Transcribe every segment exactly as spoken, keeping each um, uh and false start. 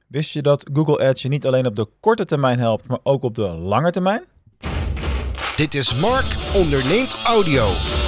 Wist je dat Google Ads je niet alleen op de korte termijn helpt, maar ook op de lange termijn? Dit is Mark onderneemt audio.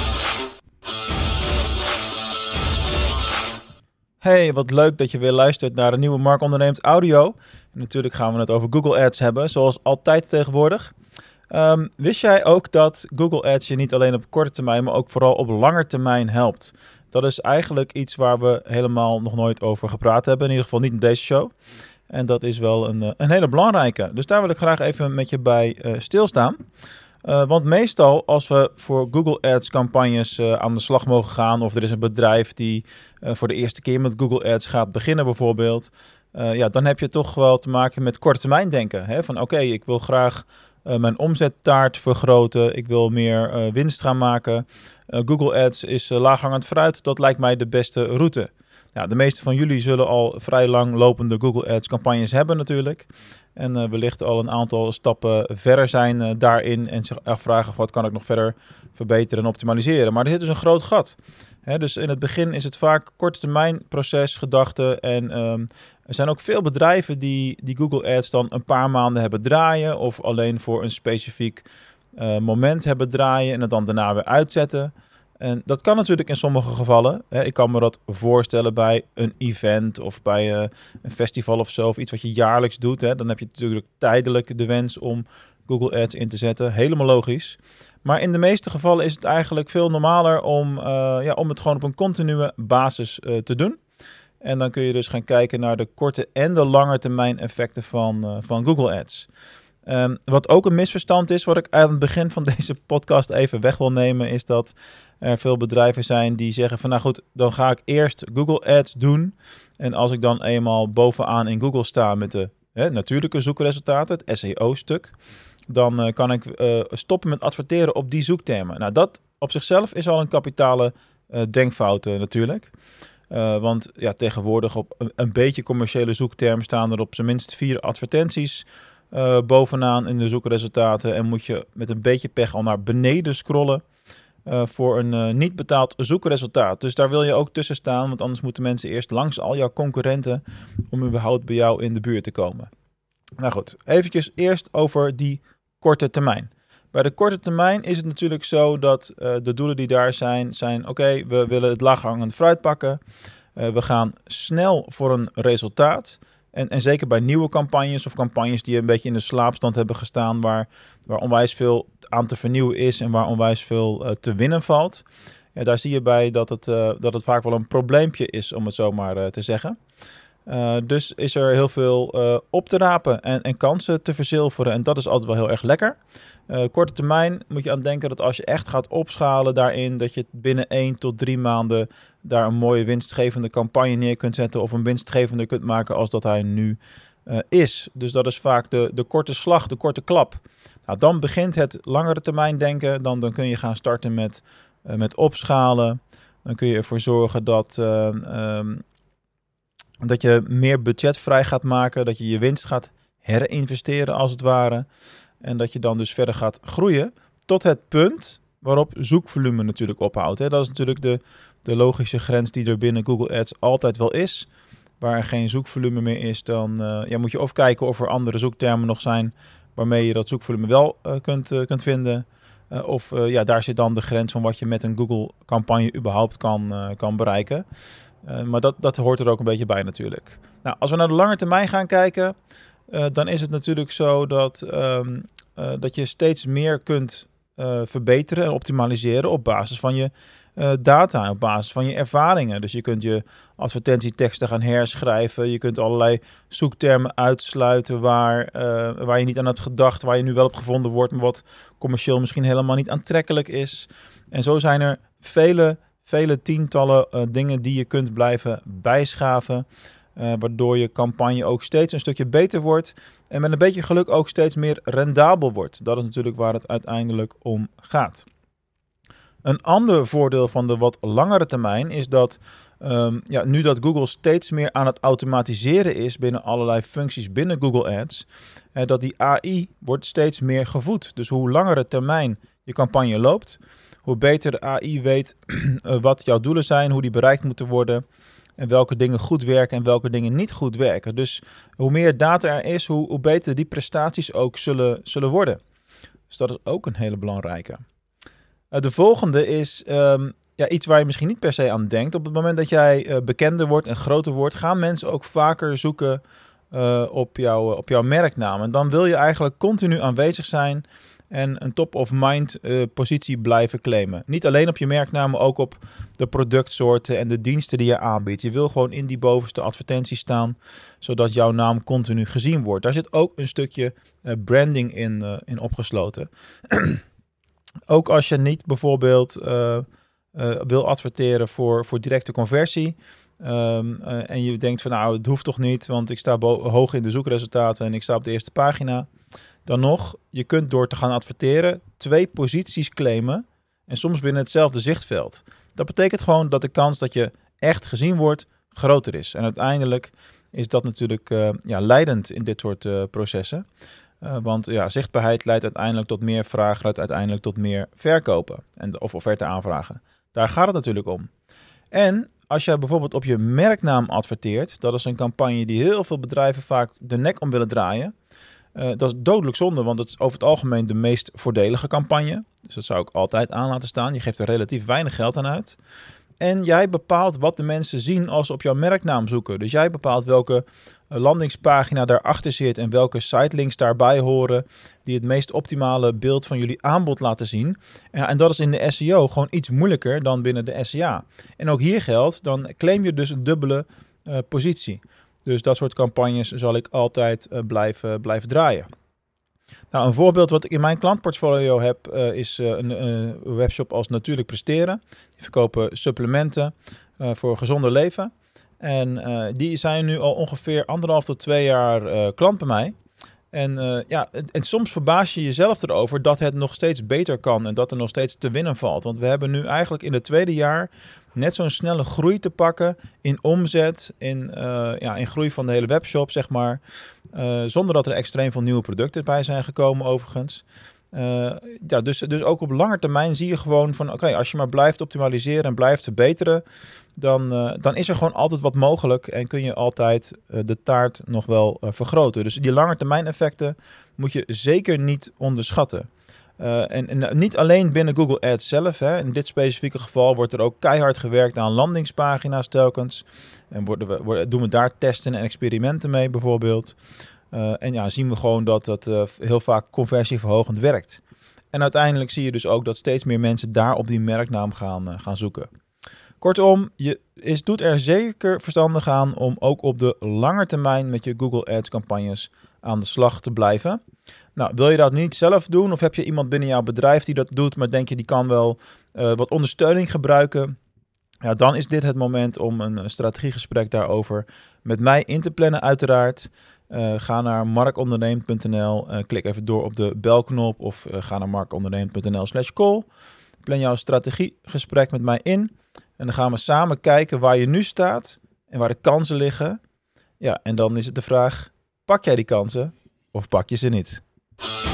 Hey, wat leuk dat je weer luistert naar een nieuwe Mark onderneemt audio. En natuurlijk gaan we het over Google Ads hebben, zoals altijd tegenwoordig. Um, wist jij ook dat Google Ads je niet alleen op korte termijn, maar ook vooral op lange termijn helpt? Dat is eigenlijk iets waar we helemaal nog nooit over gepraat hebben, in ieder geval niet in deze show. En dat is wel een, een hele belangrijke. Dus daar wil ik graag even met je bij uh, stilstaan. Uh, want meestal als we voor Google Ads campagnes uh, aan de slag mogen gaan, of er is een bedrijf die uh, voor de eerste keer met Google Ads gaat beginnen bijvoorbeeld, uh, ja, dan heb je toch wel te maken met korte termijn denken. Hè? Van oké, okay, ik wil graag uh, mijn omzettaart vergroten, ik wil meer uh, winst gaan maken. Uh, Google Ads is uh, laaghangend fruit, dat lijkt mij de beste route. Ja, de meeste van jullie zullen al vrij lang lopende Google Ads campagnes hebben natuurlijk. En uh, wellicht al een aantal stappen verder zijn uh, daarin en zich afvragen wat kan ik nog verder verbeteren en optimaliseren. Maar er zit dus een groot gat. Hè, dus in het begin is het vaak korte termijn proces, gedachten. En um, er zijn ook veel bedrijven die, die Google Ads dan een paar maanden hebben draaien of alleen voor een specifiek uh, moment hebben draaien en het dan daarna weer uitzetten. En dat kan natuurlijk in sommige gevallen. Hè. Ik kan me dat voorstellen bij een event of bij uh, een festival of zo, of iets wat je jaarlijks doet. Hè. Dan heb je natuurlijk tijdelijk de wens om Google Ads in te zetten. Helemaal logisch. Maar in de meeste gevallen is het eigenlijk veel normaler om, uh, ja, om het gewoon op een continue basis uh, te doen. En dan kun je dus gaan kijken naar de korte en de lange termijn effecten van, uh, van Google Ads. Um, wat ook een misverstand is, wat ik aan het begin van deze podcast even weg wil nemen, is dat er veel bedrijven zijn die zeggen van nou goed, dan ga ik eerst Google Ads doen. En als ik dan eenmaal bovenaan in Google sta met de hè, natuurlijke zoekresultaten, het S E O-stuk, dan uh, kan ik uh, stoppen met adverteren op die zoektermen. Nou, dat op zichzelf is al een kapitale uh, denkfout uh, natuurlijk. Uh, want ja, tegenwoordig op een, een beetje commerciële zoektermen staan er op zijn minst vier advertenties Uh, bovenaan in de zoekresultaten en moet je met een beetje pech al naar beneden scrollen uh, voor een uh, niet betaald zoekresultaat. Dus daar wil je ook tussen staan, want anders moeten mensen eerst langs al jouw concurrenten om überhaupt bij jou in de buurt te komen. Nou goed, eventjes eerst over die korte termijn. Bij de korte termijn is het natuurlijk zo dat uh, de doelen die daar zijn, zijn oké, okay, we willen het laaghangende fruit pakken. Uh, we gaan snel voor een resultaat. En, en zeker bij nieuwe campagnes of campagnes die een beetje in de slaapstand hebben gestaan, waar, waar onwijs veel aan te vernieuwen is en waar onwijs veel uh, te winnen valt. Ja, daar zie je bij dat het, uh, dat het vaak wel een probleempje is, om het zo maar uh, te zeggen. Uh, dus is er heel veel uh, op te rapen en, en kansen te verzilveren. En dat is altijd wel heel erg lekker. Uh, korte termijn moet je aan denken dat als je echt gaat opschalen daarin, dat je binnen één tot drie maanden daar een mooie winstgevende campagne neer kunt zetten of een winstgevende kunt maken als dat hij nu uh, is. Dus dat is vaak de, de korte slag, de korte klap. Nou, dan begint het langere termijn denken. Dan, dan kun je gaan starten met, uh, met opschalen. Dan kun je ervoor zorgen dat Uh, um, dat je meer budget vrij gaat maken, dat je je winst gaat herinvesteren als het ware. En dat je dan dus verder gaat groeien tot het punt waarop zoekvolume natuurlijk ophoudt. Hè. Dat is natuurlijk de, de logische grens die er binnen Google Ads altijd wel is. Waar er geen zoekvolume meer is, dan uh, ja, moet je of kijken of er andere zoektermen nog zijn waarmee je dat zoekvolume wel uh, kunt, uh, kunt vinden. Uh, of uh, ja, daar zit dan de grens van wat je met een Google-campagne überhaupt kan, uh, kan bereiken. Uh, maar dat, dat hoort er ook een beetje bij natuurlijk. Nou, als we naar de lange termijn gaan kijken, uh, dan is het natuurlijk zo dat, um, uh, dat je steeds meer kunt uh, verbeteren en optimaliseren op basis van je uh, data, op basis van je ervaringen. Dus je kunt je advertentieteksten gaan herschrijven, je kunt allerlei zoektermen uitsluiten waar, uh, waar je niet aan hebt gedacht, waar je nu wel op gevonden wordt, maar wat commercieel misschien helemaal niet aantrekkelijk is. En zo zijn er vele Vele tientallen uh, dingen die je kunt blijven bijschaven, uh, waardoor je campagne ook steeds een stukje beter wordt en met een beetje geluk ook steeds meer rendabel wordt. Dat is natuurlijk waar het uiteindelijk om gaat. Een ander voordeel van de wat langere termijn is dat um, ja, nu dat Google steeds meer aan het automatiseren is binnen allerlei functies binnen Google Ads, uh, dat die A I wordt steeds meer gevoed. Dus hoe langere termijn je campagne loopt, hoe beter de A I weet uh, wat jouw doelen zijn, hoe die bereikt moeten worden. En welke dingen goed werken en welke dingen niet goed werken. Dus hoe meer data er is, hoe, hoe beter die prestaties ook zullen, zullen worden. Dus dat is ook een hele belangrijke. Uh, de volgende is um, ja, iets waar je misschien niet per se aan denkt. Op het moment dat jij uh, bekender wordt en groter wordt, gaan mensen ook vaker zoeken uh, op, jouw, op jouw merknaam. En dan wil je eigenlijk continu aanwezig zijn en een top-of-mind uh, positie blijven claimen. Niet alleen op je merknaam, maar ook op de productsoorten en de diensten die je aanbiedt. Je wil gewoon in die bovenste advertenties staan, zodat jouw naam continu gezien wordt. Daar zit ook een stukje uh, branding in, uh, in opgesloten. Ook als je niet bijvoorbeeld uh, uh, wil adverteren voor, voor directe conversie. Um, uh, en je denkt van nou, het hoeft toch niet, want ik sta bo- hoog in de zoekresultaten en ik sta op de eerste pagina. Dan nog, je kunt door te gaan adverteren twee posities claimen en soms binnen hetzelfde zichtveld. Dat betekent gewoon dat de kans dat je echt gezien wordt groter is. En uiteindelijk is dat natuurlijk uh, ja, leidend in dit soort uh, processen. Uh, want ja, zichtbaarheid leidt uiteindelijk tot meer vragen, leidt uiteindelijk tot meer verkopen en, of offerte aanvragen. Daar gaat het natuurlijk om. En als jij bijvoorbeeld op je merknaam adverteert, dat is een campagne die heel veel bedrijven vaak de nek om willen draaien. Uh, dat is dodelijk zonde, want het is over het algemeen de meest voordelige campagne. Dus dat zou ik altijd aan laten staan. Je geeft er relatief weinig geld aan uit. En jij bepaalt wat de mensen zien als ze op jouw merknaam zoeken. Dus jij bepaalt welke landingspagina daarachter zit en welke sitelinks daarbij horen die het meest optimale beeld van jullie aanbod laten zien. Ja, en dat is in de S E O gewoon iets moeilijker dan binnen de S E A. En ook hier geldt, dan claim je dus een dubbele uh, positie. Dus dat soort campagnes zal ik altijd uh, blijven, blijven draaien. Nou, een voorbeeld wat ik in mijn klantportfolio heb uh, is uh, een uh, webshop als Natuurlijk Presteren. Die verkopen supplementen uh, voor gezonder leven. En uh, die zijn nu al ongeveer anderhalf tot twee jaar uh, klant bij mij. En, uh, ja, en, en soms verbaas je jezelf erover dat het nog steeds beter kan en dat er nog steeds te winnen valt. Want we hebben nu eigenlijk in het tweede jaar net zo'n snelle groei te pakken in omzet, in, uh, ja, in groei van de hele webshop, zeg maar. Uh, zonder dat er extreem veel nieuwe producten bij zijn gekomen overigens. Uh, ja, dus, dus ook op lange termijn zie je gewoon van oké, okay, als je maar blijft optimaliseren en blijft verbeteren, dan, uh, dan is er gewoon altijd wat mogelijk en kun je altijd uh, de taart nog wel uh, vergroten. Dus die lange termijn effecten moet je zeker niet onderschatten. Uh, en, en niet alleen binnen Google Ads zelf. Hè. In dit specifieke geval wordt er ook keihard gewerkt aan landingspagina's telkens. En worden we, worden, doen we daar testen en experimenten mee bijvoorbeeld. Uh, en ja, zien we gewoon dat dat uh, heel vaak conversieverhogend werkt. En uiteindelijk zie je dus ook dat steeds meer mensen daar op die merknaam gaan, uh, gaan zoeken. Kortom, je is, doet er zeker verstandig aan om ook op de lange termijn met je Google Ads campagnes aan de slag te blijven. Nou, wil je dat niet zelf doen of heb je iemand binnen jouw bedrijf die dat doet, maar denk je die kan wel uh, wat ondersteuning gebruiken? Ja, dan is dit het moment om een strategiegesprek daarover met mij in te plannen uiteraard. Uh, ga naar markonderneemt punt n l, uh, klik even door op de belknop of uh, ga naar markonderneemt punt n l slash call. Plan jouw strategiegesprek met mij in en dan gaan we samen kijken waar je nu staat en waar de kansen liggen. Ja, en dan is het de vraag, pak jij die kansen of pak je ze niet?